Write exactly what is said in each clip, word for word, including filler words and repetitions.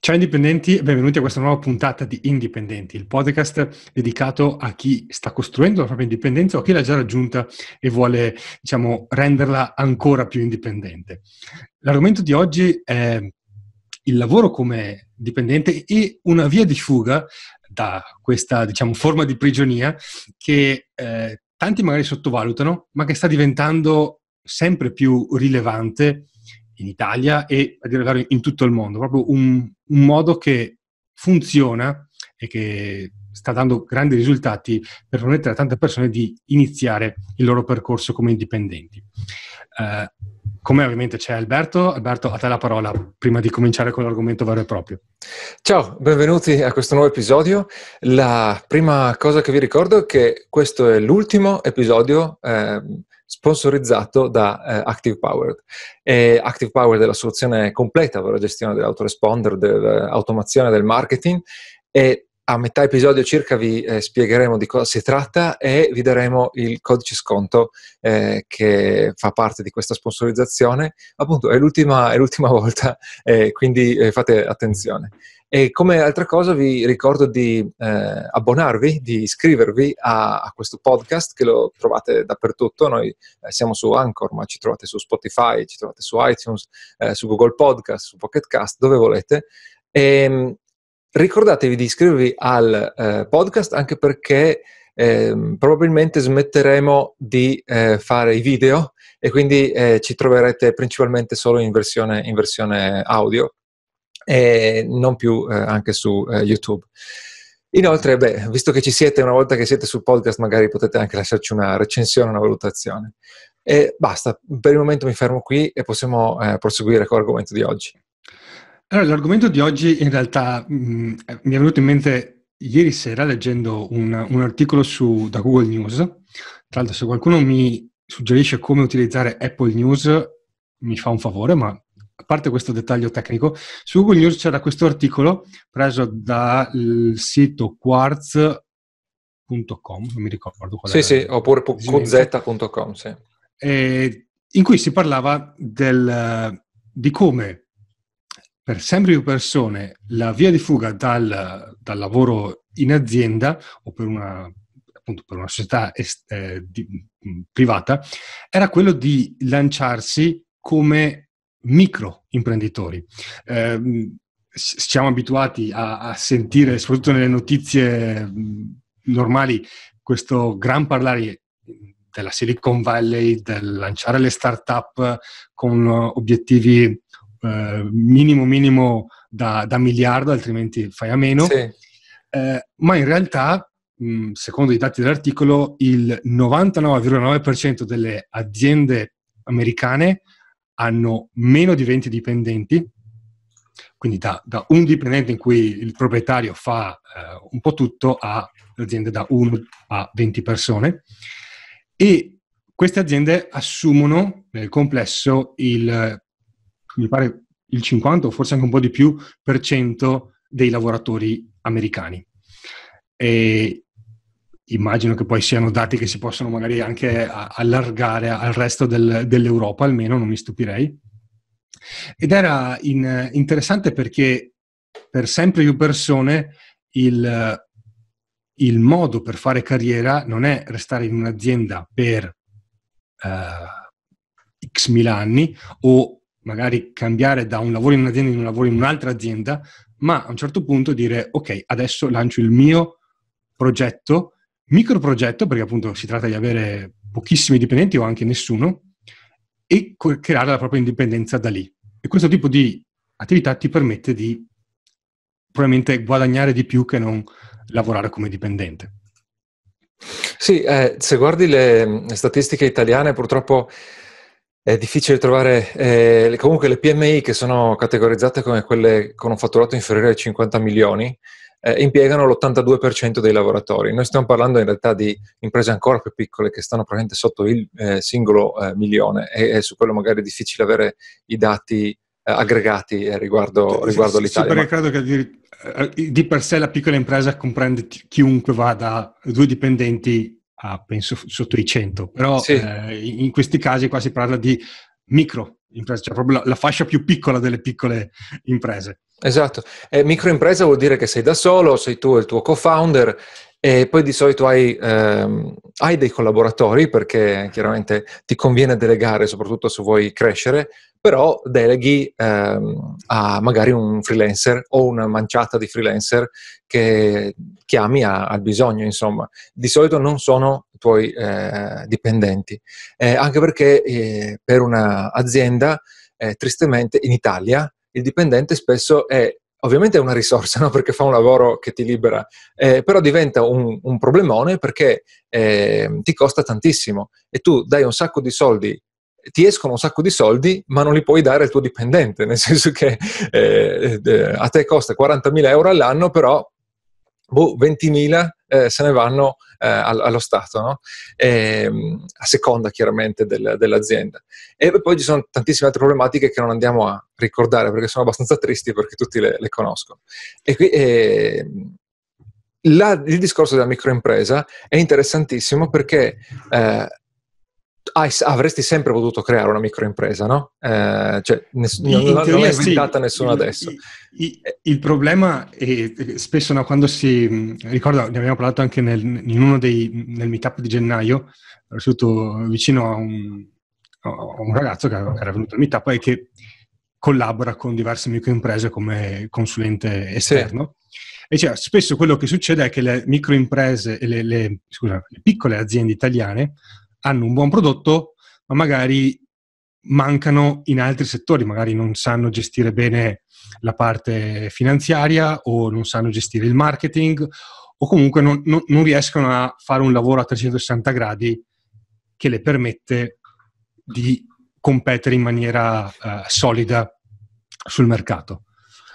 Ciao indipendenti e benvenuti a questa nuova puntata di Indipendenti, il podcast dedicato a chi sta costruendo la propria indipendenza o chi l'ha già raggiunta e vuole, diciamo, renderla ancora più indipendente. L'argomento di oggi è il lavoro come dipendente e una via di fuga da questa, diciamo, forma di prigionia che eh, tanti magari sottovalutano, ma che sta diventando sempre più rilevante in Italia e a dire il vero in tutto il mondo, proprio un, un modo che funziona e che sta dando grandi risultati per permettere a tante persone di iniziare il loro percorso come indipendenti. Uh, come ovviamente c'è Alberto. Alberto, a te la parola prima di cominciare con l'argomento vero e proprio. Ciao, benvenuti a questo nuovo episodio. La prima cosa che vi ricordo è che questo è l'ultimo episodio eh, sponsorizzato da eh, Active Powered. E Active Powered è la soluzione completa per la gestione dell'autoresponder, dell'automazione del marketing, e a metà episodio circa vi eh, spiegheremo di cosa si tratta e vi daremo il codice sconto eh, che fa parte di questa sponsorizzazione. Appunto è l'ultima, è l'ultima volta, eh, quindi eh, fate attenzione. E come altra cosa vi ricordo di eh, abbonarvi, di iscrivervi a, a questo podcast, che lo trovate dappertutto. Noi eh, siamo su Anchor, ma ci trovate su Spotify, ci trovate su iTunes, eh, su Google Podcast, su Pocket Cast, dove volete. E ricordatevi di iscrivervi al eh, podcast, anche perché eh, probabilmente smetteremo di eh, fare i video e quindi eh, ci troverete principalmente solo in versione, in versione audio e non più eh, anche su eh, YouTube. Inoltre, beh, visto che ci siete, una volta che siete sul podcast, magari potete anche lasciarci una recensione, una valutazione. E basta, per il momento mi fermo qui e possiamo eh, proseguire con l'argomento di oggi. Allora, l'argomento di oggi in realtà mh, mi è venuto in mente ieri sera leggendo un, un articolo su, da Google News. Tra l'altro, se qualcuno mi suggerisce come utilizzare Apple News, mi fa un favore, ma a parte questo dettaglio tecnico, su Google News c'era questo articolo preso dal sito quartz punto com, non mi ricordo qual sì, è. Sì, sì, oppure q z punto com, sì. Eh, in cui si parlava del, di come per sempre più persone la via di fuga dal, dal lavoro in azienda o per una, appunto per una società est- eh, di, privata era quello di lanciarsi come micro imprenditori. Eh, siamo abituati a, a sentire, soprattutto nelle notizie mh, normali, questo gran parlare della Silicon Valley, del lanciare le start-up con obiettivi Uh, minimo minimo da, da miliardo, altrimenti fai a meno. Sì. Uh, ma in realtà, mh, secondo i dati dell'articolo, il novantanove virgola nove per cento delle aziende americane hanno meno di venti dipendenti, quindi da, da un dipendente in cui il proprietario fa uh, un po' tutto a aziende da uno a venti persone, e queste aziende assumono nel complesso il mi pare il cinquanta o forse anche un po' di più per cento dei lavoratori americani. E immagino che poi siano dati che si possono magari anche allargare al resto del, dell'Europa, almeno non mi stupirei. Ed era in, interessante perché per sempre più persone il, il modo per fare carriera non è restare in un'azienda per uh, x mila anni o magari cambiare da un lavoro in un'azienda in un lavoro in un'altra azienda, ma a un certo punto dire ok, adesso lancio il mio progetto, micro progetto, perché appunto si tratta di avere pochissimi dipendenti o anche nessuno, e creare la propria indipendenza da lì. E questo tipo di attività ti permette di probabilmente guadagnare di più che non lavorare come dipendente. Sì, eh, se guardi le, le statistiche italiane, purtroppo è difficile trovare, eh, comunque le P M I, che sono categorizzate come quelle con un fatturato inferiore ai cinquanta milioni, eh, impiegano l'ottantadue per cento dei lavoratori. Noi stiamo parlando in realtà di imprese ancora più piccole che stanno praticamente sotto il eh, singolo eh, milione e, e su quello magari è difficile avere i dati eh, aggregati eh, riguardo, riguardo sì, l'Italia. Sì, perché ma... credo che di, di per sé la piccola impresa comprende chiunque va da due dipendenti a penso sotto i cento, però sì. eh, in questi casi qua si parla di micro imprese, cioè proprio la, la fascia più piccola delle piccole imprese. Esatto. E microimpresa vuol dire che sei da solo, sei tu e il tuo co-founder, e poi di solito hai, ehm, hai dei collaboratori, perché chiaramente ti conviene delegare, soprattutto se vuoi crescere, però deleghi ehm, a magari un freelancer o una manciata di freelancer che chiami a- al bisogno, insomma. Di solito non sono i tuoi eh, dipendenti. Eh, anche perché eh, per un'azienda, eh, tristemente, in Italia, il dipendente spesso è ovviamente è una risorsa, no? Perché fa un lavoro che ti libera, eh, però diventa un, un problemone perché eh, ti costa tantissimo e tu dai un sacco di soldi, ti escono un sacco di soldi, ma non li puoi dare al tuo dipendente, nel senso che eh, eh, a te costa quarantamila euro all'anno, però boh, ventimila eh, se ne vanno eh, allo Stato, no? E, a seconda chiaramente del, dell'azienda. E poi ci sono tantissime altre problematiche che non andiamo a ricordare perché sono abbastanza tristi, perché tutti le, le conoscono. E qui, eh, la, il discorso della microimpresa è interessantissimo perché eh, hai, avresti sempre potuto creare una microimpresa, no? Eh, cioè, ness- non, In non l'ha teoria inventata sì, nessuno il, adesso. il- il- il problema è è spesso, no, quando si, mh, ricordo, ne abbiamo parlato anche nel, in uno dei, nel meetup di gennaio, ero seduto vicino a un, a un ragazzo che era venuto al meetup e che collabora con diverse microimprese come consulente Sì, esterno. E cioè, spesso quello che succede è che le microimprese e le, le, scusa, le piccole aziende italiane hanno un buon prodotto, ma magari mancano in altri settori, magari non sanno gestire bene la parte finanziaria o non sanno gestire il marketing o comunque non, non, non riescono a fare un lavoro a trecentosessanta gradi che le permette di competere in maniera uh, solida sul mercato.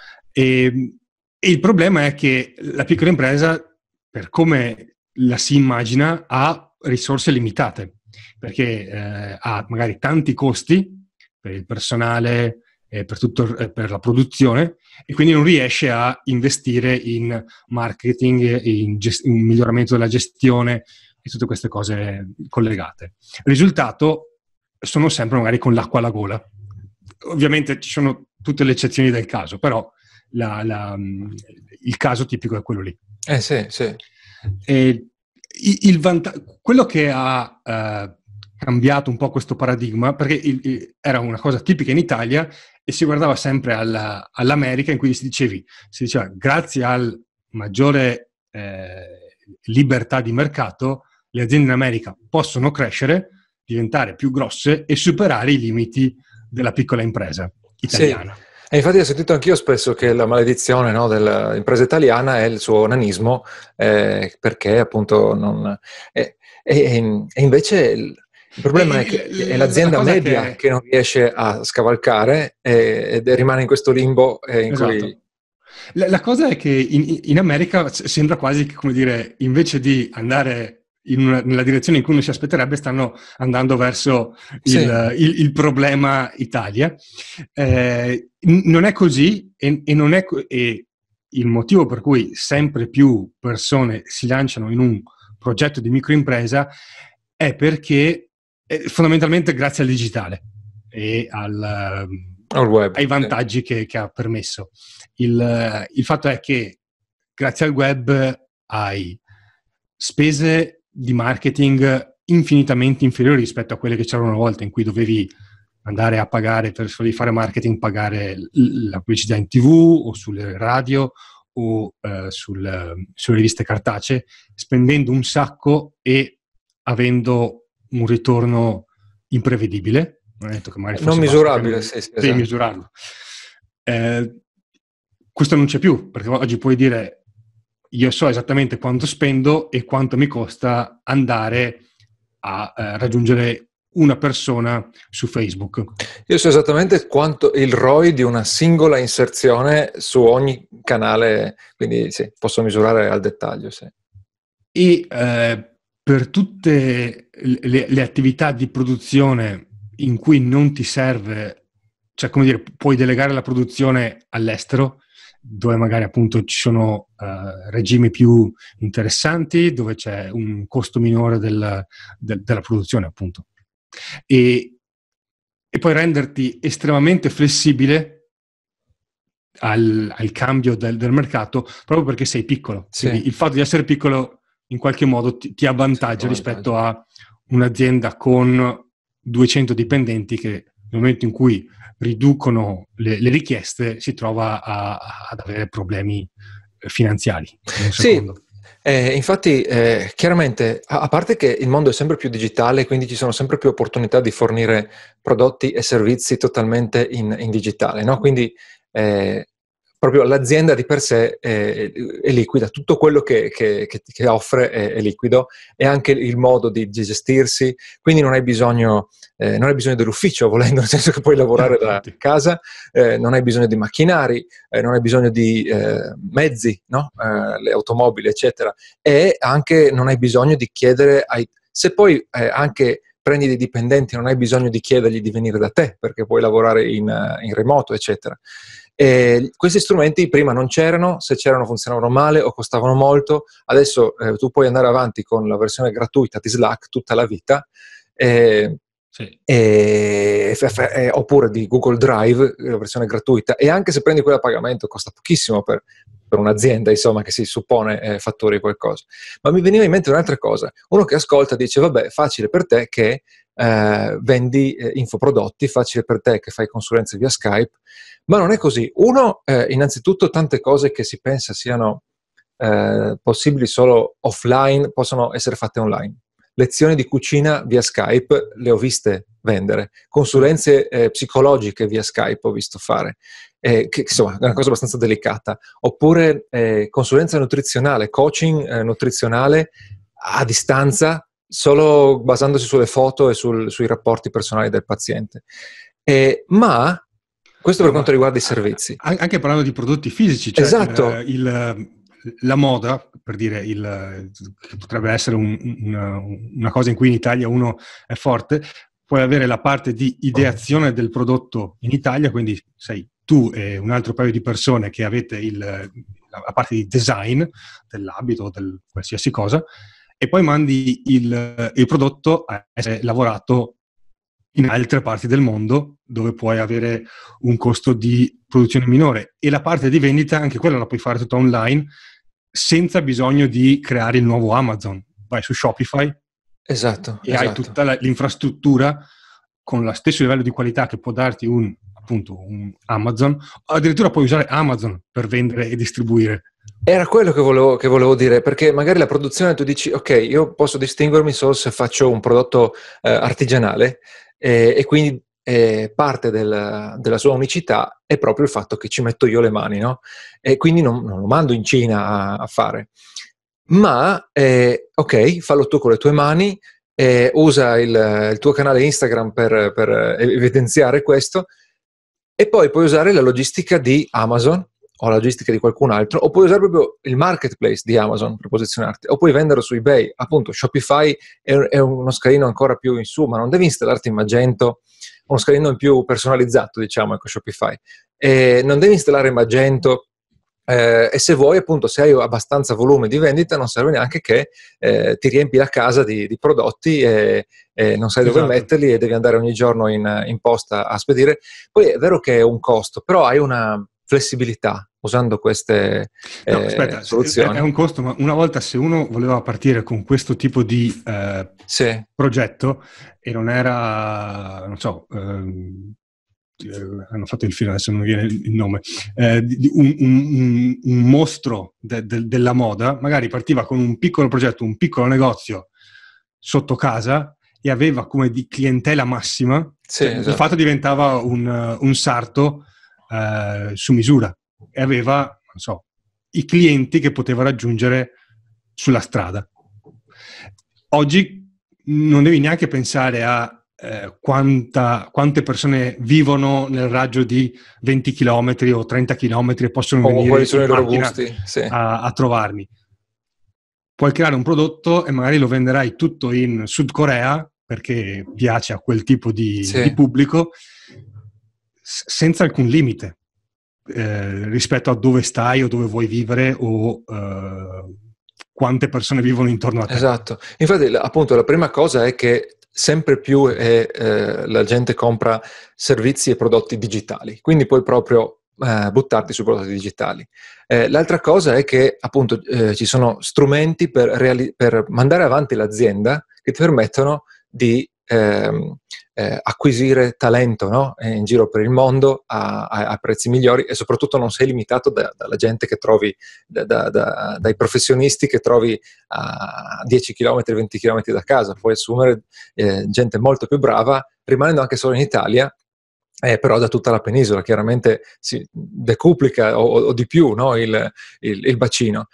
E, e il problema è che la piccola impresa, per come la si immagina, ha risorse limitate, perché eh, ha magari tanti costi per il personale, eh, per, tutto, eh, per la produzione, e quindi non riesce a investire in marketing, in, gest- in miglioramento della gestione e tutte queste cose collegate. Il risultato sono sempre magari con l'acqua alla gola. Ovviamente ci sono tutte le eccezioni del caso, però la, la, il caso tipico è quello lì. eh sì, sì. E il vanta- quello che ha eh, cambiato un po' questo paradigma, perché il, il, era una cosa tipica in Italia e si guardava sempre alla, all'America, in cui si, dicevi, si diceva grazie al maggiore eh, libertà di mercato le aziende in America possono crescere, diventare più grosse e superare i limiti della piccola impresa Sì, italiana. e infatti ho sentito anch'io spesso che la maledizione, no, dell'impresa italiana è il suo nanismo, eh, perché appunto non... E, e- e invece il, il problema è E, che è e, la l'azienda cosa media che... che non riesce a scavalcare e, ed rimane in questo limbo eh, in cui... Esatto. La, la cosa è che in, in America sembra quasi che, come dire, invece di andare in una, nella direzione in cui uno si aspetterebbe, stanno andando verso Sì, il, il, il problema Italia. Eh, non è così e, e non è co- e il motivo per cui sempre più persone si lanciano in un progetto di microimpresa è perché è fondamentalmente grazie al digitale e al, al web. ai Sì. vantaggi che, che ha permesso. Il, il fatto è che grazie al web hai spese di marketing infinitamente inferiori rispetto a quelle che c'erano una volta, in cui dovevi andare a pagare per fare marketing, pagare la pubblicità in tivù o sulle radio o eh, sul, sulle riviste cartacee, spendendo un sacco e avendo un ritorno imprevedibile. Non ho detto che magari Non fosse basso, perché misurabile, non sì, sì, devi esatto. misurarlo. Eh, questo non c'è più, perché oggi puoi dire io so esattamente quanto spendo e quanto mi costa andare a eh, raggiungere una persona su Facebook. Io so esattamente quanto il R O I di una singola inserzione su ogni canale, quindi sì, posso misurare al dettaglio, sì. E eh, per tutte le, le attività di produzione in cui non ti serve, cioè come dire, puoi delegare la produzione all'estero, dove magari appunto ci sono uh, regimi più interessanti, dove c'è un costo minore del, del, della produzione appunto. E, e poi renderti estremamente flessibile al, al cambio del, del mercato proprio perché sei piccolo. Sì. Quindi il fatto di essere piccolo in qualche modo ti, ti avvantaggia sì, rispetto a un'azienda con duecento dipendenti che nel momento in cui riducono le, le richieste si trova a, a, ad avere problemi finanziari. In un secondo. Sì. Eh, infatti, eh, chiaramente, a, a parte che il mondo è sempre più digitale, quindi ci sono sempre più opportunità di fornire prodotti e servizi totalmente in, in digitale, no? Quindi eh, proprio l'azienda di per sé è, è liquida, tutto quello che, che, che, che offre è, è liquido, e anche il modo di gestirsi, quindi non hai bisogno, eh, non hai bisogno dell'ufficio, volendo, nel senso che puoi lavorare da casa, eh, non hai bisogno di macchinari, eh, non hai bisogno di eh, mezzi, no? eh, le automobili, eccetera, e anche non hai bisogno di chiedere ai... Se poi eh, anche prendi dei dipendenti, non hai bisogno di chiedergli di venire da te, perché puoi lavorare in, in remoto, eccetera. E questi strumenti prima non c'erano, se c'erano funzionavano male o costavano molto. Adesso eh, tu puoi andare avanti con la versione gratuita di Slack tutta la vita, eh, sì. e, e, oppure di Google Drive, la versione gratuita, e anche se prendi quella a pagamento costa pochissimo per, per un'azienda, insomma, che si suppone eh, fatturi qualcosa. Ma mi veniva in mente un'altra cosa: uno che ascolta dice vabbè, facile per te che eh, vendi eh, infoprodotti, facile per te che fai consulenze via Skype. Ma non è così. Uno, eh, innanzitutto, tante cose che si pensa siano eh, possibili solo offline possono essere fatte online. Lezioni di cucina via Skype le ho viste vendere, consulenze eh, psicologiche via Skype ho visto fare, eh, che insomma è una cosa abbastanza delicata. Oppure eh, consulenza nutrizionale, coaching eh, nutrizionale a distanza, solo basandosi sulle foto e sul, sui rapporti personali del paziente. Eh, ma questo per no, quanto riguarda i servizi. Anche parlando di prodotti fisici, cioè esatto. il, il, la moda, per dire, il, che potrebbe essere un, una, una cosa in cui in Italia uno è forte, puoi avere la parte di ideazione del prodotto in Italia, quindi sei tu e un altro paio di persone che avete il, la parte di design dell'abito o del qualsiasi cosa, e poi mandi il, il prodotto a essere lavorato in altre parti del mondo dove puoi avere un costo di produzione minore, e la parte di vendita anche quella la puoi fare tutta online senza bisogno di creare il nuovo Amazon. Vai su Shopify, esatto, e esatto. hai tutta la, l'infrastruttura con lo stesso livello di qualità che può darti un, appunto, un Amazon. Addirittura puoi usare Amazon per vendere e distribuire. Era quello che volevo, che volevo dire, perché magari la produzione tu dici ok, io posso distinguermi solo se faccio un prodotto eh, artigianale, eh, e quindi eh, parte del, della sua unicità è proprio il fatto che ci metto io le mani, no? E quindi non, non lo mando in Cina a, a fare. Ma eh, ok, fallo tu con le tue mani, eh, usa il, il tuo canale Instagram per, per evidenziare questo, e poi puoi usare la logistica di Amazon o la logistica di qualcun altro, o puoi usare proprio il marketplace di Amazon per posizionarti, o puoi venderlo su eBay. Appunto, Shopify è, è uno scalino ancora più in su, ma non devi installarti in Magento, uno scalino in più personalizzato, diciamo, ecco, Shopify. E non devi installare Magento, eh, e se vuoi, appunto, se hai abbastanza volume di vendita, non serve neanche che eh, ti riempi la casa di, di prodotti e, e non sai dove esatto. metterli, e devi andare ogni giorno in, in posta a spedire. Poi è vero che è un costo, però hai una flessibilità usando queste eh, no, aspetta, soluzioni. È un costo, ma una volta, se uno voleva partire con questo tipo di eh, sì. progetto e non era, non so, ehm, hanno fatto il film, adesso non mi viene il nome, eh, di, un, un, un mostro de, de, della moda, magari partiva con un piccolo progetto, un piccolo negozio sotto casa, e aveva come di clientela massima, sì, cioè, esatto. di fatto diventava un, un sarto Uh, su misura, e aveva, non so, i clienti che poteva raggiungere sulla strada. Oggi non devi neanche pensare a eh, quanta, quante persone vivono nel raggio di venti chilometri o trenta chilometri e possono oh, venire quali sono in i loro macchina gusti, sì. a, a trovarmi. Puoi creare un prodotto e magari lo venderai tutto in Sud Corea perché piace a quel tipo di, sì. di pubblico, senza alcun limite eh, rispetto a dove stai o dove vuoi vivere o eh, quante persone vivono intorno a te. Esatto. Infatti, appunto, la prima cosa è che sempre più è, eh, la gente compra servizi e prodotti digitali, quindi puoi proprio eh, buttarti sui prodotti digitali. Eh, l'altra cosa è che appunto eh, ci sono strumenti per, reali- per mandare avanti l'azienda che ti permettono di ehm, eh, acquisire talento, no? in giro per il mondo a, a, a prezzi migliori, e soprattutto non sei limitato da, dalla gente che trovi, da, da, da, dai professionisti che trovi a dieci chilometri, venti chilometri da casa. Puoi assumere eh, gente molto più brava rimanendo anche solo in Italia. Eh, però da tutta la penisola chiaramente si decuplica o, o di più, no? il, il, il bacino,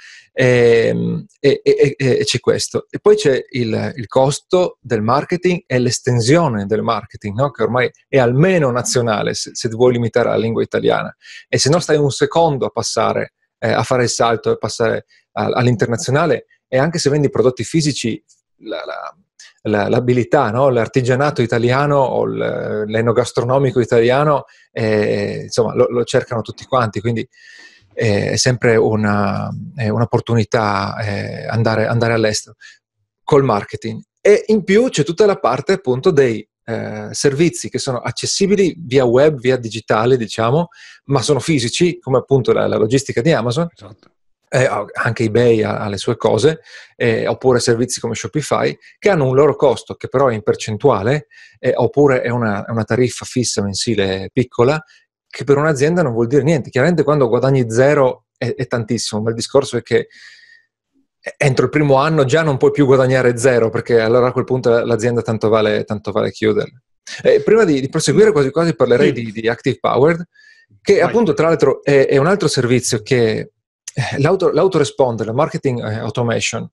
e, e, e, e c'è questo. E poi c'è il, il costo del marketing e l'estensione del marketing, no? Che ormai è almeno nazionale, se, se ti vuoi limitare alla lingua italiana, e se no stai un secondo a passare, eh, a fare il salto e passare a, all'internazionale. E anche se vendi prodotti fisici, la, la l'abilità, no? L'artigianato italiano o l'enogastronomico italiano, eh, insomma, lo, lo cercano tutti quanti, quindi eh, è sempre una, è un'opportunità eh, andare, andare all'estero col marketing. E in più c'è tutta la parte appunto dei eh, servizi che sono accessibili via web, via digitale, diciamo, ma sono fisici, come appunto la, la logistica di Amazon. Esatto. Eh, anche eBay ha, ha le sue cose, eh, oppure servizi come Shopify, che hanno un loro costo che però è in percentuale, eh, oppure è una, è una tariffa fissa mensile piccola, che per un'azienda non vuol dire niente. Chiaramente quando guadagni zero è, è tantissimo, ma il discorso è che entro il primo anno già non puoi più guadagnare zero, perché allora a quel punto l'azienda tanto vale, tanto vale chiuderla. Eh, prima di, di proseguire quasi quasi parlerei sì. di, di Active Powered, che Vai. appunto tra l'altro è, è un altro servizio che L'auto, l'autoresponder, la marketing automation,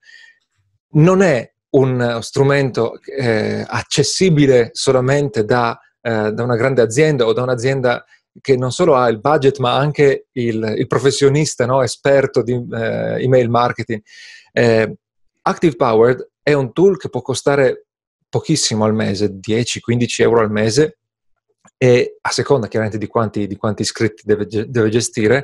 non è un strumento eh, accessibile solamente da, eh, da una grande azienda o da un'azienda che non solo ha il budget ma anche il, il professionista, no, esperto di eh, email marketing. Eh, Active Powered è un tool che può costare pochissimo al mese, dieci quindici euro al mese, e a seconda chiaramente di quanti, di quanti iscritti deve, deve gestire,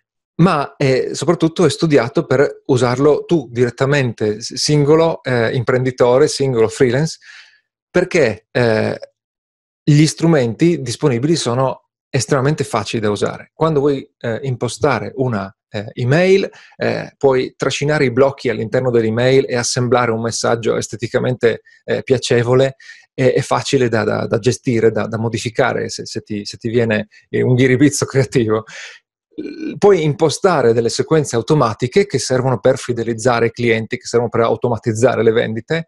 ma è, soprattutto è studiato per usarlo tu direttamente, singolo eh, imprenditore, singolo freelance, perché eh, gli strumenti disponibili sono estremamente facili da usare. Quando vuoi eh, impostare una eh, email, eh, puoi trascinare i blocchi all'interno dell'email e assemblare un messaggio esteticamente eh, piacevole e, e facile da, da, da gestire, da, da modificare se, se, ti, se ti viene eh, un ghiribizzo creativo. Puoi impostare delle sequenze automatiche che servono per fidelizzare i clienti, che servono per automatizzare le vendite,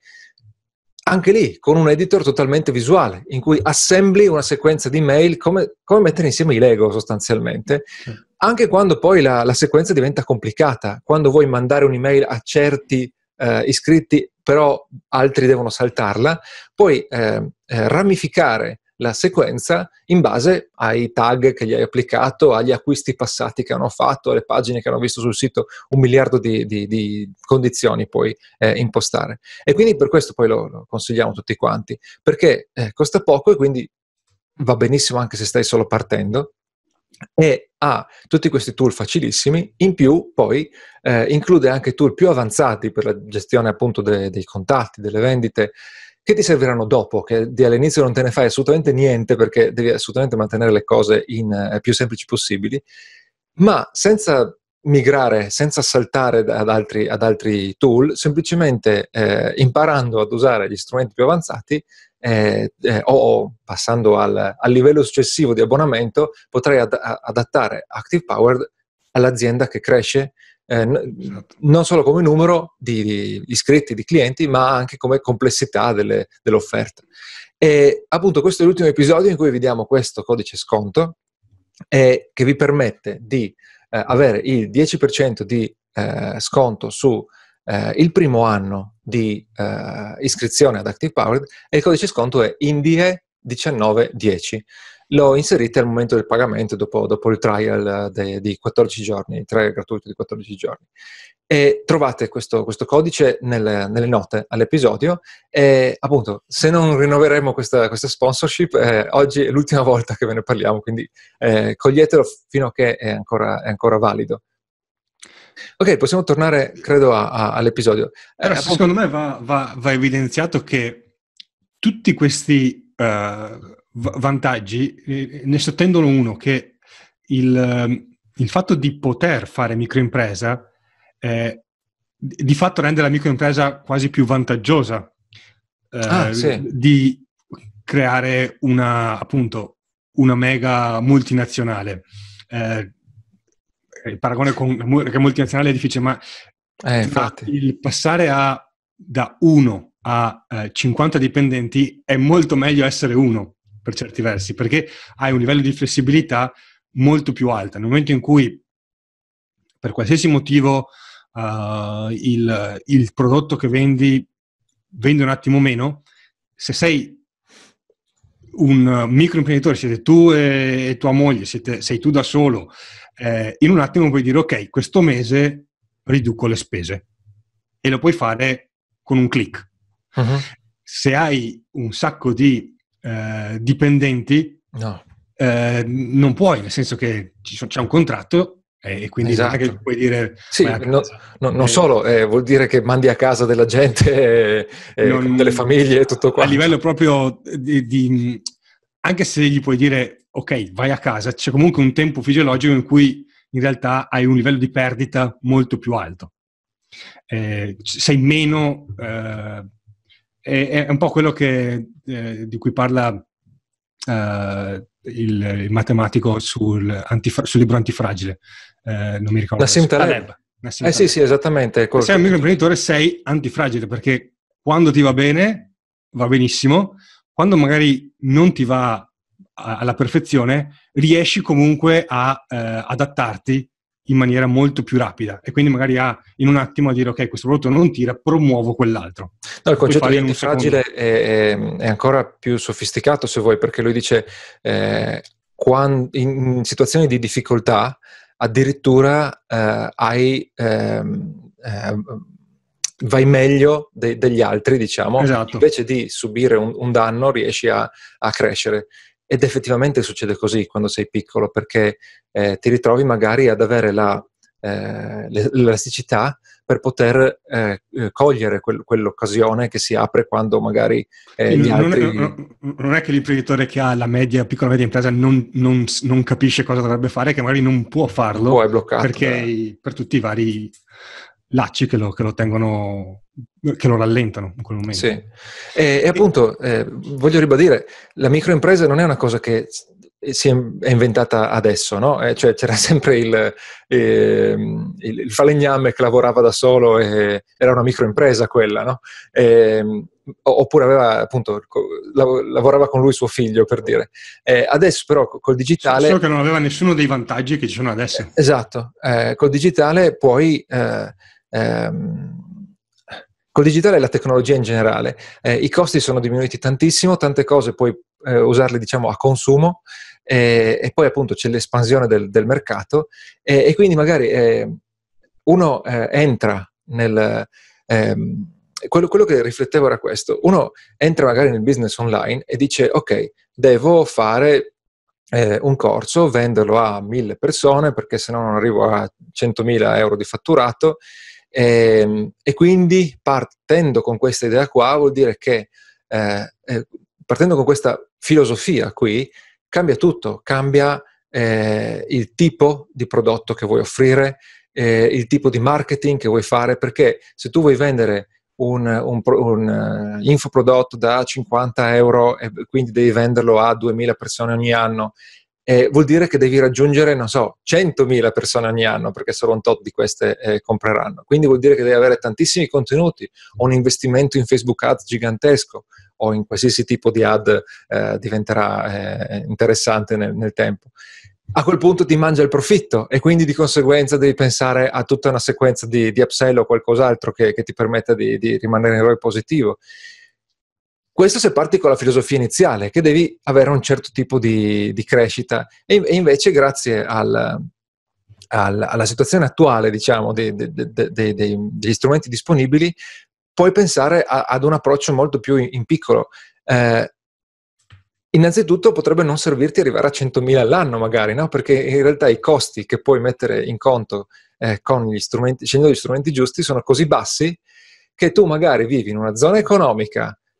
anche lì con un editor totalmente visuale, in cui assembli una sequenza di mail come, come mettere insieme i Lego sostanzialmente, anche quando poi la, la sequenza diventa complicata, quando vuoi mandare un'email a certi eh, iscritti, però altri devono saltarla, puoi eh, eh, ramificare la sequenza in base ai tag che gli hai applicato, agli acquisti passati che hanno fatto, alle pagine che hanno visto sul sito, un miliardo di, di, di condizioni puoi eh, impostare. E quindi per questo poi lo, lo consigliamo tutti quanti, perché eh, costa poco e quindi va benissimo anche se stai solo partendo, e ha tutti questi tool facilissimi. In più poi eh, include anche tool più avanzati per la gestione appunto de, dei contatti, delle vendite, che ti serviranno dopo, che all'inizio non te ne fai assolutamente niente perché devi assolutamente mantenere le cose in eh, più semplici possibili, ma senza migrare, senza saltare ad altri, ad altri tool, semplicemente eh, imparando ad usare gli strumenti più avanzati eh, eh, o passando al, al livello successivo di abbonamento, potrai ad, adattare Active Powered all'azienda che cresce, Eh, n- non solo come numero di, di iscritti, di clienti, ma anche come complessità delle, dell'offerta. E appunto questo è l'ultimo episodio in cui vediamo questo codice sconto eh, che vi permette di eh, avere il dieci per cento di eh, sconto su eh, il primo anno di eh, iscrizione ad Active Powered, e il codice sconto è I N D E diciannove dieci. Lo inserite al momento del pagamento, dopo, dopo il trial de, di quattordici giorni, il trial gratuito di quattordici giorni. E trovate questo, questo codice nelle, nelle note all'episodio. E appunto, se non rinnoveremo questa, questa sponsorship, eh, oggi è l'ultima volta che ve ne parliamo, quindi eh, coglietelo fino a che è ancora, è ancora valido. Ok, possiamo tornare, credo, a, a, all'episodio. Però, eh, secondo appunto... me va, va, va evidenziato che tutti questi uh, vantaggi eh, ne sottendono uno, che il, il fatto di poter fare microimpresa eh, di fatto rende la microimpresa quasi più vantaggiosa eh, Ah, sì. di creare una, appunto, una mega multinazionale. Eh, il paragone con la multinazionale è difficile, ma, Eh, ma infatti. il passare a, da uno a eh, cinquanta dipendenti è molto meglio essere uno, per certi versi, perché hai un livello di flessibilità molto più alto. Nel momento in cui, per qualsiasi motivo, uh, il, il prodotto che vendi vende un attimo meno, se sei un microimprenditore, siete tu e, e tua moglie, siete, sei tu da solo, eh, in un attimo puoi dire ok, questo mese riduco le spese e lo puoi fare con un click. Uh-huh. Se hai un sacco di eh, dipendenti, no. eh, non puoi, nel senso che ci so, c'è un contratto e, e quindi esatto. non è che puoi dire sì, vai a no, casa. no, non eh, solo, eh, vuol dire che mandi a casa della gente, eh, non, con delle famiglie e tutto a quanto. livello proprio di, di anche se gli puoi dire ok, vai a casa, c'è comunque un tempo fisiologico in cui in realtà hai un livello di perdita molto più alto. Eh, sei meno... Eh, è, è un po' quello che, eh, di cui parla eh, il, il matematico sul, antifra- sul libro Antifragile. Eh, non mi ricordo Nassim adesso. Taleb. Taleb. Nassim Eh Taleb. sì, sì, esattamente. Se sei un microimprenditore sei antifragile perché quando ti va bene, va benissimo. Quando magari non ti va alla perfezione, riesci comunque a eh, adattarti in maniera molto più rapida e quindi magari a, in un attimo a dire ok, questo prodotto non tira, promuovo quell'altro. No, il concetto di in un antifragile è, è, è ancora più sofisticato, se vuoi, perché lui dice eh, quando, in, in situazioni di difficoltà addirittura eh, hai ehm, eh, vai meglio de, degli altri, diciamo, esatto. invece di subire un, un danno riesci a, a crescere. Ed effettivamente succede così quando sei piccolo, perché eh, ti ritrovi magari ad avere la, eh, l'elasticità per poter eh, cogliere quel, quell'occasione che si apre quando magari eh, gli non, altri... non, non è che l'imprenditore che ha la media, piccola media impresa non, non, non capisce cosa dovrebbe fare, che magari non può farlo, non può, è bloccato perché da... per tutti i vari lacci che lo, che lo tengono, che lo rallentano in quel momento. Sì, e, e appunto eh, voglio ribadire, la microimpresa non è una cosa che si è inventata adesso, no? Eh, cioè c'era sempre il, eh, il, il falegname che lavorava da solo e era una microimpresa quella, no? Eh, oppure aveva appunto lavorava con lui suo figlio, per dire. Eh, adesso però col digitale... Solo che non aveva nessuno dei vantaggi che ci sono adesso. Eh, esatto, eh, col digitale puoi... Eh, ehm, Col digitale e la tecnologia in generale, eh, i costi sono diminuiti tantissimo, tante cose puoi eh, usarle diciamo a consumo eh, e poi appunto c'è l'espansione del, del mercato eh, e quindi magari eh, uno eh, entra nel... Ehm, quello, quello che riflettevo era questo, uno entra magari nel business online e dice ok, devo fare eh, un corso, venderlo a mille persone perché se no non arrivo a centomila euro di fatturato. E, e quindi partendo con questa idea qua vuol dire che eh, eh, partendo con questa filosofia qui cambia tutto, cambia eh, il tipo di prodotto che vuoi offrire, eh, il tipo di marketing che vuoi fare, perché se tu vuoi vendere un, un, un uh, infoprodotto da cinquanta euro e quindi devi venderlo a duemila persone ogni anno, Eh, vuol dire che devi raggiungere, non so, centomila persone ogni anno, perché solo un tot di queste eh, compreranno. Quindi vuol dire che devi avere tantissimi contenuti, o un investimento in Facebook Ads gigantesco, o in qualsiasi tipo di ad eh, diventerà eh, interessante nel, nel tempo. A quel punto ti mangia il profitto e quindi di conseguenza devi pensare a tutta una sequenza di, di upsell o qualcos'altro che, che ti permetta di, di rimanere in R O I positivo. Questo se parti con la filosofia iniziale, che devi avere un certo tipo di, di crescita, e, e invece grazie al, al, alla situazione attuale, diciamo, dei, dei, dei, dei, degli strumenti disponibili, puoi pensare a, ad un approccio molto più in, in piccolo. Eh, innanzitutto potrebbe non servirti arrivare a centomila all'anno magari, no? Perché in realtà i costi che puoi mettere in conto eh, con gli strumenti, scegliendo gli strumenti giusti, sono così bassi che tu magari vivi in una zona economica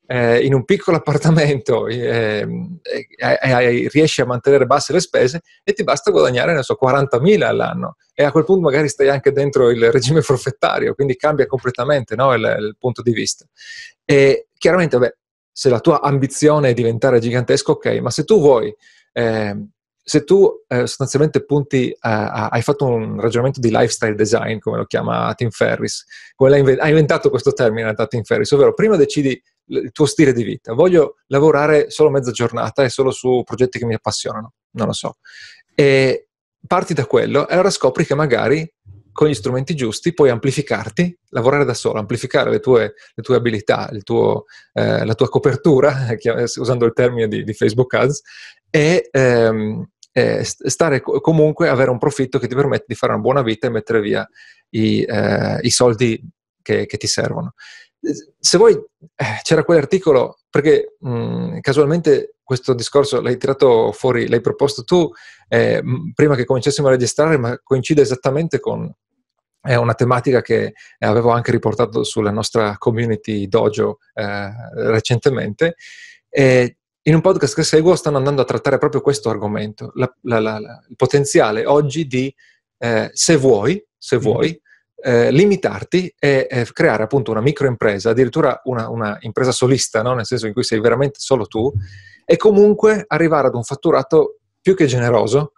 eh, in un piccolo appartamento eh, eh, eh, riesci a mantenere basse le spese e ti basta guadagnare, ne so, quarantamila all'anno, e a quel punto magari stai anche dentro il regime forfettario, quindi cambia completamente, no, il, il punto di vista. E chiaramente, beh, se la tua ambizione è diventare gigantesco, ok, ma se tu vuoi eh, se tu eh, sostanzialmente punti a, a, hai fatto un ragionamento di lifestyle design, come lo chiama Tim Ferriss, come l'ha inve- ha inventato questo termine da Tim Ferriss, ovvero prima decidi il tuo stile di vita. Voglio lavorare solo mezza giornata e solo su progetti che mi appassionano, non lo so. E parti da quello e allora scopri che magari con gli strumenti giusti puoi amplificarti, lavorare da solo, amplificare le tue, le tue abilità, il tuo, eh, la tua copertura, usando il termine di, di Facebook Ads, e ehm, eh, stare comunque, avere un profitto che ti permette di fare una buona vita e mettere via i, eh, i soldi che, che ti servono. Se vuoi, eh, c'era quell'articolo, perché mh, casualmente questo discorso l'hai tirato fuori, l'hai proposto tu eh, prima che cominciassimo a registrare, ma coincide esattamente con è una tematica che avevo anche riportato sulla nostra community dojo eh, recentemente. E in un podcast che seguo stanno andando a trattare proprio questo argomento, la, la, la, la, il potenziale oggi di, eh, se vuoi, se vuoi eh, limitarti e eh, creare appunto una microimpresa, addirittura una, una impresa solista, no? Nel senso in cui sei veramente solo tu, e comunque arrivare ad un fatturato più che generoso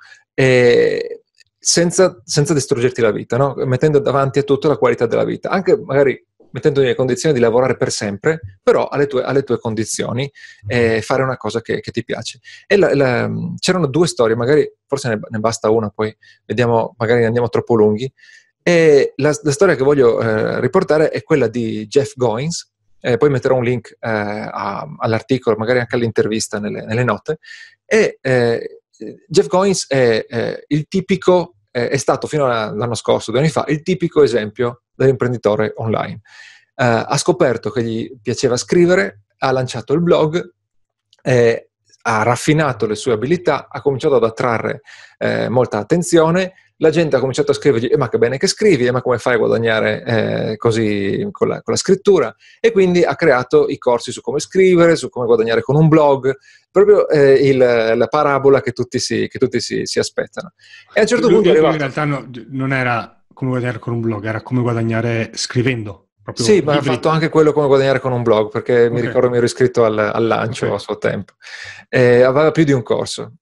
e senza, senza distruggerti la vita, no? Mettendo davanti a tutto la qualità della vita, anche magari mettendoti nelle condizioni di lavorare per sempre, però alle tue, alle tue condizioni, e eh, fare una cosa che, che ti piace. E la, la, c'erano due storie, magari forse ne, ne basta una, poi vediamo, magari andiamo troppo lunghi. E la, la storia che voglio eh, riportare è quella di Jeff Goins, eh, poi metterò un link eh, a, all'articolo, magari anche all'intervista nelle, nelle note. E eh, Jeff Goins è eh, il tipico, eh, è stato fino all'anno scorso, due anni fa, il tipico esempio dell'imprenditore online. Eh, ha scoperto che gli piaceva scrivere, ha lanciato il blog, eh, ha raffinato le sue abilità, ha cominciato ad attrarre eh, molta attenzione. La gente ha cominciato a scrivergli: eh, ma che bene che scrivi, eh, ma come fai a guadagnare eh, così con la, con la scrittura? E quindi ha creato i corsi su come scrivere, su come guadagnare con un blog, proprio eh, il, la parabola che tutti, si, che tutti si, si aspettano. E a un certo lui, punto è arrivato... In realtà no, non era come guadagnare con un blog, era come guadagnare scrivendo. Sì, ma ha fatto anche quello come guadagnare con un blog, perché okay. Mi ricordo mi ero iscritto al, al lancio okay. a suo tempo. Eh, aveva più di un corso.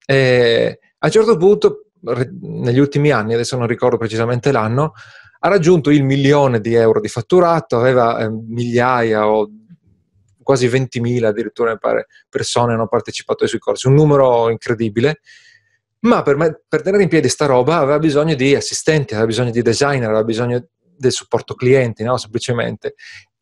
E a un certo punto, negli ultimi anni, adesso non ricordo precisamente l'anno, ha raggiunto il milione di euro di fatturato, aveva eh, migliaia o quasi ventimila addirittura, mi pare, persone hanno partecipato ai suoi corsi, un numero incredibile. Ma per, me, per tenere in piedi sta roba aveva bisogno di assistenti, aveva bisogno di designer, aveva bisogno del supporto clienti, no? Semplicemente.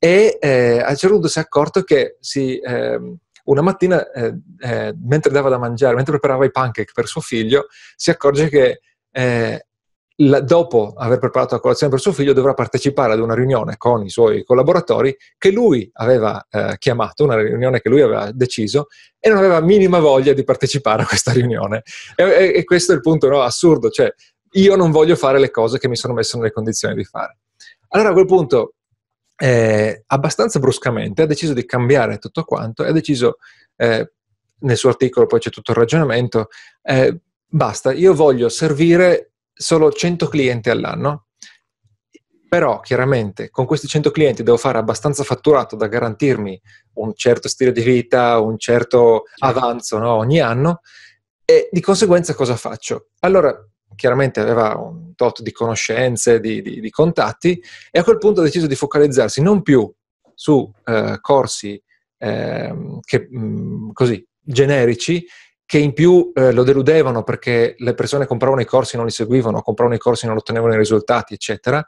E eh, a un certo punto si è accorto che si, eh, una mattina, eh, eh, mentre dava da mangiare, mentre preparava i pancake per suo figlio, si accorge che eh, la, dopo aver preparato la colazione per suo figlio dovrà partecipare ad una riunione con i suoi collaboratori che lui aveva eh, chiamato, una riunione che lui aveva deciso, e non aveva minima voglia di partecipare a questa riunione. E, e, e questo è il punto, no? Assurdo, cioè io non voglio fare le cose che mi sono messo nelle condizioni di fare. Allora a quel punto, eh, abbastanza bruscamente, ha deciso di cambiare tutto quanto e ha deciso, eh, nel suo articolo poi c'è tutto il ragionamento, eh, basta, io voglio servire solo cento clienti all'anno, però chiaramente con questi cento clienti devo fare abbastanza fatturato da garantirmi un certo stile di vita, un certo avanzo, no, ogni anno, e di conseguenza cosa faccio? Allora, chiaramente aveva un tot di conoscenze, di, di, di contatti, e a quel punto ha deciso di focalizzarsi non più su eh, corsi eh, che, mh, così generici, che in più eh, lo deludevano perché le persone compravano i corsi e non li seguivano, compravano i corsi e non ottenevano i risultati, eccetera.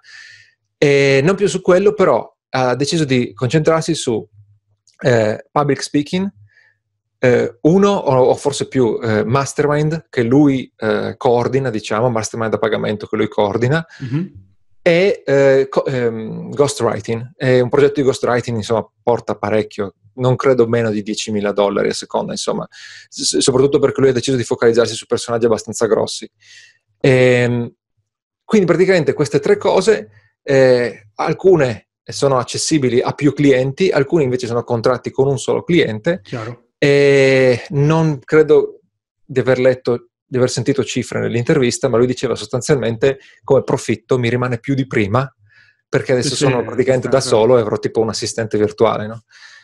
E non più su quello, però ha deciso di concentrarsi su eh, public speaking, Eh, uno o, o forse più eh, mastermind che lui eh, coordina, diciamo, mastermind a pagamento che lui coordina, mm-hmm. e eh, co- ehm, ghostwriting. È un progetto di ghostwriting, insomma, porta parecchio, non credo meno di diecimila dollari a seconda, insomma, S- soprattutto perché lui ha deciso di focalizzarsi su personaggi abbastanza grossi. E, quindi praticamente queste tre cose, eh, alcune sono accessibili a più clienti, alcuni invece sono contratti con un solo cliente. Chiaro. E non credo di aver letto, di aver sentito cifre nell'intervista, ma lui diceva sostanzialmente come profitto mi rimane più di prima, perché adesso sì, sono sì, praticamente da solo e avrò tipo un assistente virtuale, no?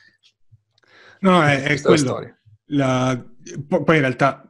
No, no, è, è quello. È la, poi in realtà,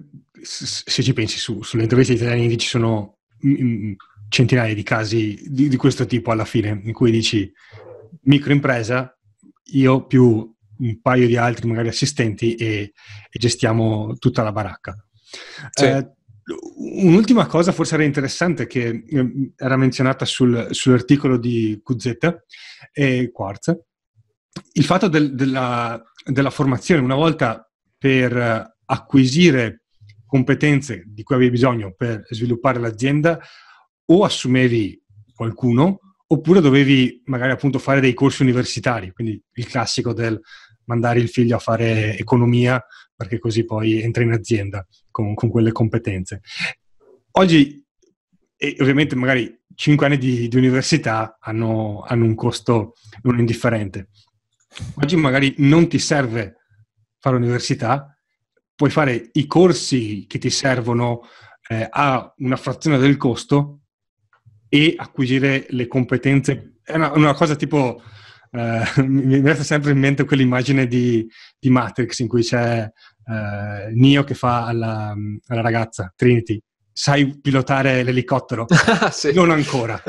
se ci pensi su, sulle interviste italiane, ci sono centinaia di casi di, di questo tipo alla fine, in cui dici microimpresa, io più un paio di altri magari assistenti e, e gestiamo tutta la baracca. Sì. Eh, un'ultima cosa forse era interessante che eh, era menzionata sul, sull'articolo di Q Z e Quartz, il fatto del, della, della formazione. Una volta per acquisire competenze di cui avevi bisogno per sviluppare l'azienda, o assumevi qualcuno oppure dovevi magari appunto fare dei corsi universitari, quindi il classico del mandare il figlio a fare economia perché così poi entra in azienda con, con quelle competenze. Oggi, e ovviamente magari cinque anni di, di università hanno, hanno un costo non indifferente. Oggi magari non ti serve fare università, puoi fare i corsi che ti servono eh, a una frazione del costo e acquisire le competenze. È una, una cosa tipo, eh, mi resta sempre in mente quell'immagine di, di Matrix in cui c'è eh, Neo che fa alla, alla ragazza, Trinity: sai pilotare l'elicottero? Ah, sì. Non ancora.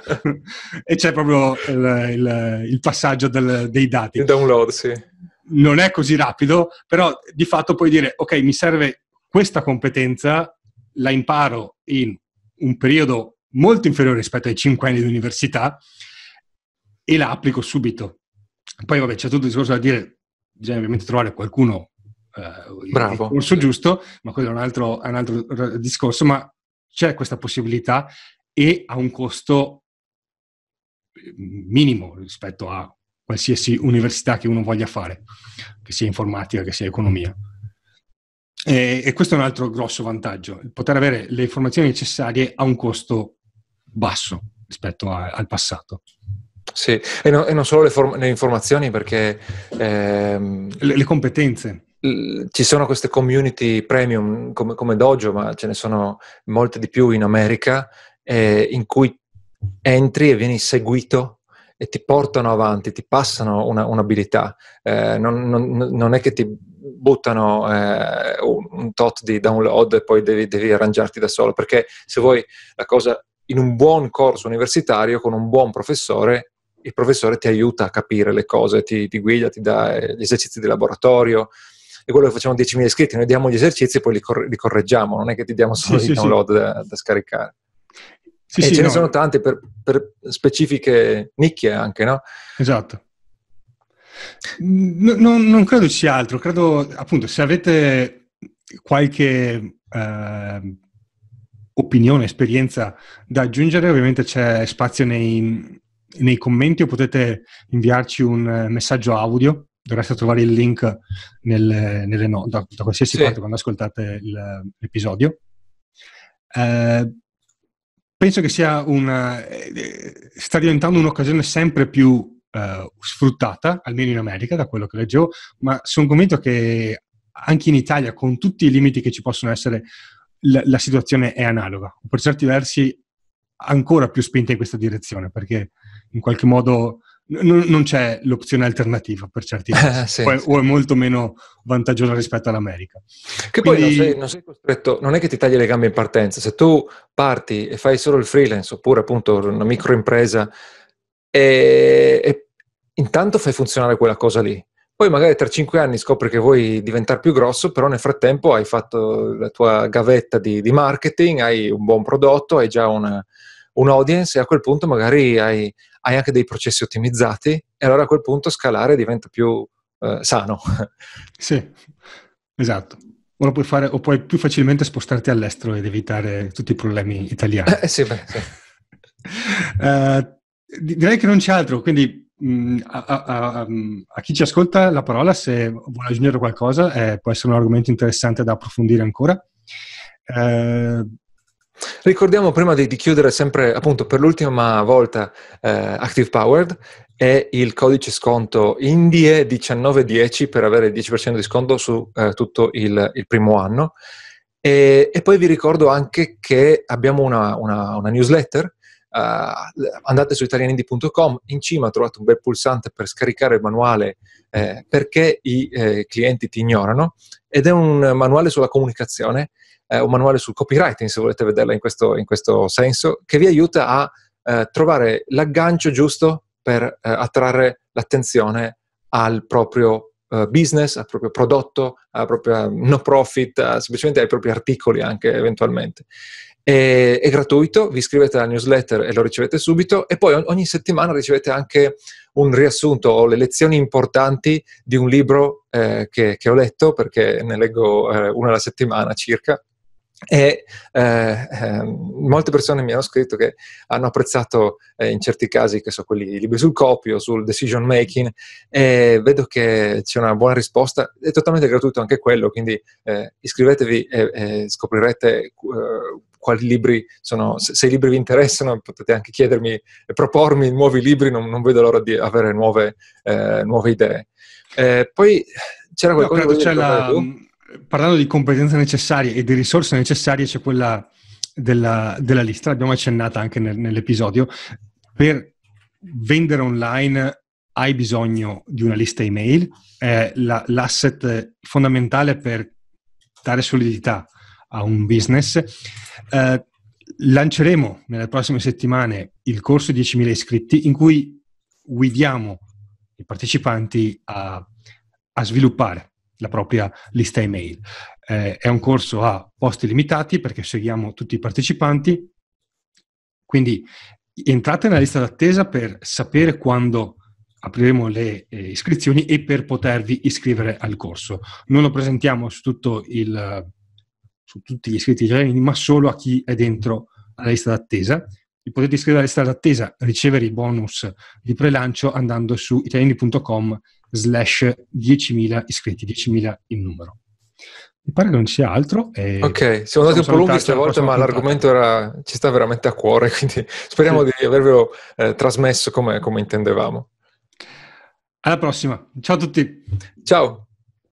E c'è proprio il, il, il passaggio del, dei dati. Il download, sì. Non è così rapido, però di fatto puoi dire: ok, mi serve questa competenza, la imparo in un periodo molto inferiore rispetto ai cinque anni di università e la applico subito. Poi vabbè, c'è tutto il discorso da dire, bisogna ovviamente trovare qualcuno eh, Bravo, il corso sì. giusto, ma quello è un altro, è un altro discorso, ma c'è questa possibilità e a un costo minimo rispetto a qualsiasi università che uno voglia fare, che sia informatica, che sia economia. E, e questo è un altro grosso vantaggio, poter avere le informazioni necessarie a un costo basso rispetto a, al passato. Sì, e, no, e non solo le, form- le informazioni, perché ehm, le, le competenze. L- ci sono queste community premium come, come Dojo, ma ce ne sono molte di più in America, eh, in cui entri e vieni seguito e ti portano avanti, ti passano una, un'abilità. Eh, non, non, non è che ti buttano eh, un, un tot di download e poi devi, devi arrangiarti da solo, perché se vuoi la cosa in un buon corso universitario con un buon professore, il professore ti aiuta a capire le cose, ti, ti guida, ti dà eh, gli esercizi di laboratorio. E quello che facciamo diecimila iscritti, noi diamo gli esercizi e poi li, cor- li correggiamo, non è che ti diamo solo sì, i sì, download sì. da, da scaricare. Sì, e sì, ce no. ne sono tanti per, per specifiche nicchie anche, no? Esatto. No, no, non credo ci sia altro, credo appunto se avete qualche eh, opinione, esperienza da aggiungere, ovviamente c'è spazio nei, nei commenti o potete inviarci un messaggio audio, dovreste trovare il link nelle, nelle no, da, da qualsiasi Sì. parte quando ascoltate il, l'episodio. Eh, penso che sia una, eh, sta diventando un'occasione sempre più eh, sfruttata, almeno in America, da quello che leggevo, ma sono convinto che anche in Italia, con tutti i limiti che ci possono essere, la, la situazione è analoga, per certi versi ancora più spinta in questa direzione, perché in qualche modo n- non c'è l'opzione alternativa per certi versi, sì, o, è, sì. o è molto meno vantaggiosa rispetto all'America. Che Quindi, poi non sei, non sei costretto, non è che ti tagli le gambe in partenza. Se tu parti e fai solo il freelance oppure appunto una microimpresa e, e intanto fai funzionare quella cosa lì, poi magari tra cinque anni scopri che vuoi diventare più grosso, però nel frattempo hai fatto la tua gavetta di, di marketing, hai un buon prodotto, hai già una, un audience e a quel punto magari hai, hai anche dei processi ottimizzati e allora a quel punto scalare diventa più eh, sano. sì, esatto. O lo puoi fare, o puoi più facilmente spostarti all'estero ed evitare tutti i problemi italiani. Eh sì, beh, sì. uh, direi che non c'è altro, quindi mh, a, a, a, a chi ci ascolta la parola, se vuole aggiungere qualcosa, eh, può essere un argomento interessante da approfondire ancora. Uh, Ricordiamo prima di, di chiudere sempre, appunto, per l'ultima volta eh, Active Powered è il codice sconto Indie diciannove dieci per avere il dieci per cento di sconto su eh, tutto il, il primo anno. E, e poi vi ricordo anche che abbiamo una, una, una newsletter. Uh, andate su italianindie punto com, in cima trovate un bel pulsante per scaricare il manuale eh, perché i eh, clienti ti ignorano, ed è un manuale sulla comunicazione, eh, un manuale sul copywriting, se volete vederla in questo, in questo senso, che vi aiuta a eh, trovare l'aggancio giusto per eh, attrarre l'attenzione al proprio uh, business, al proprio prodotto, alla propria no profit, uh, semplicemente ai propri articoli anche eventualmente. È, è gratuito, vi iscrivete alla newsletter e lo ricevete subito, e poi ogni settimana ricevete anche un riassunto o le lezioni importanti di un libro eh, che, che ho letto, perché ne leggo eh, una alla settimana circa. E eh, eh, molte persone mi hanno scritto che hanno apprezzato eh, in certi casi, che so, quelli libri sul copy o sul decision making, e vedo che c'è una buona risposta. È totalmente gratuito anche quello, quindi eh, iscrivetevi e, e scoprirete eh, quali libri sono. Se, se i libri vi interessano potete anche chiedermi e propormi nuovi libri, non, non vedo l'ora di avere nuove, eh, nuove idee. Eh, poi c'era qualcosa no, che c'è la... tu? Parlando di competenze necessarie e di risorse necessarie, c'è quella della, della lista, l'abbiamo accennata anche nel, nell'episodio. Per vendere online hai bisogno di una lista email, è la, l'asset fondamentale per dare solidità a un business. Eh, lanceremo nelle prossime settimane il corso diecimila iscritti, in cui guidiamo i partecipanti a, a sviluppare la propria lista email. Eh, è un corso a posti limitati perché seguiamo tutti i partecipanti, quindi entrate nella lista d'attesa per sapere quando apriremo le eh, iscrizioni e per potervi iscrivere al corso. Non lo presentiamo su tutto il su tutti gli iscritti italiani, ma solo a chi è dentro alla lista d'attesa. Vi potete iscrivere alla lista d'attesa, ricevere i bonus di prelancio andando su italianindie punto com slash diecimila iscritti, diecimila in numero. Mi pare che non cia altro. E ok, siamo andati un po' lunghi stavolta, ma puntata. L'argomento era, ci sta veramente a cuore, quindi speriamo sì. di avervelo eh, trasmesso come, come intendevamo. Alla prossima, ciao a tutti. Ciao.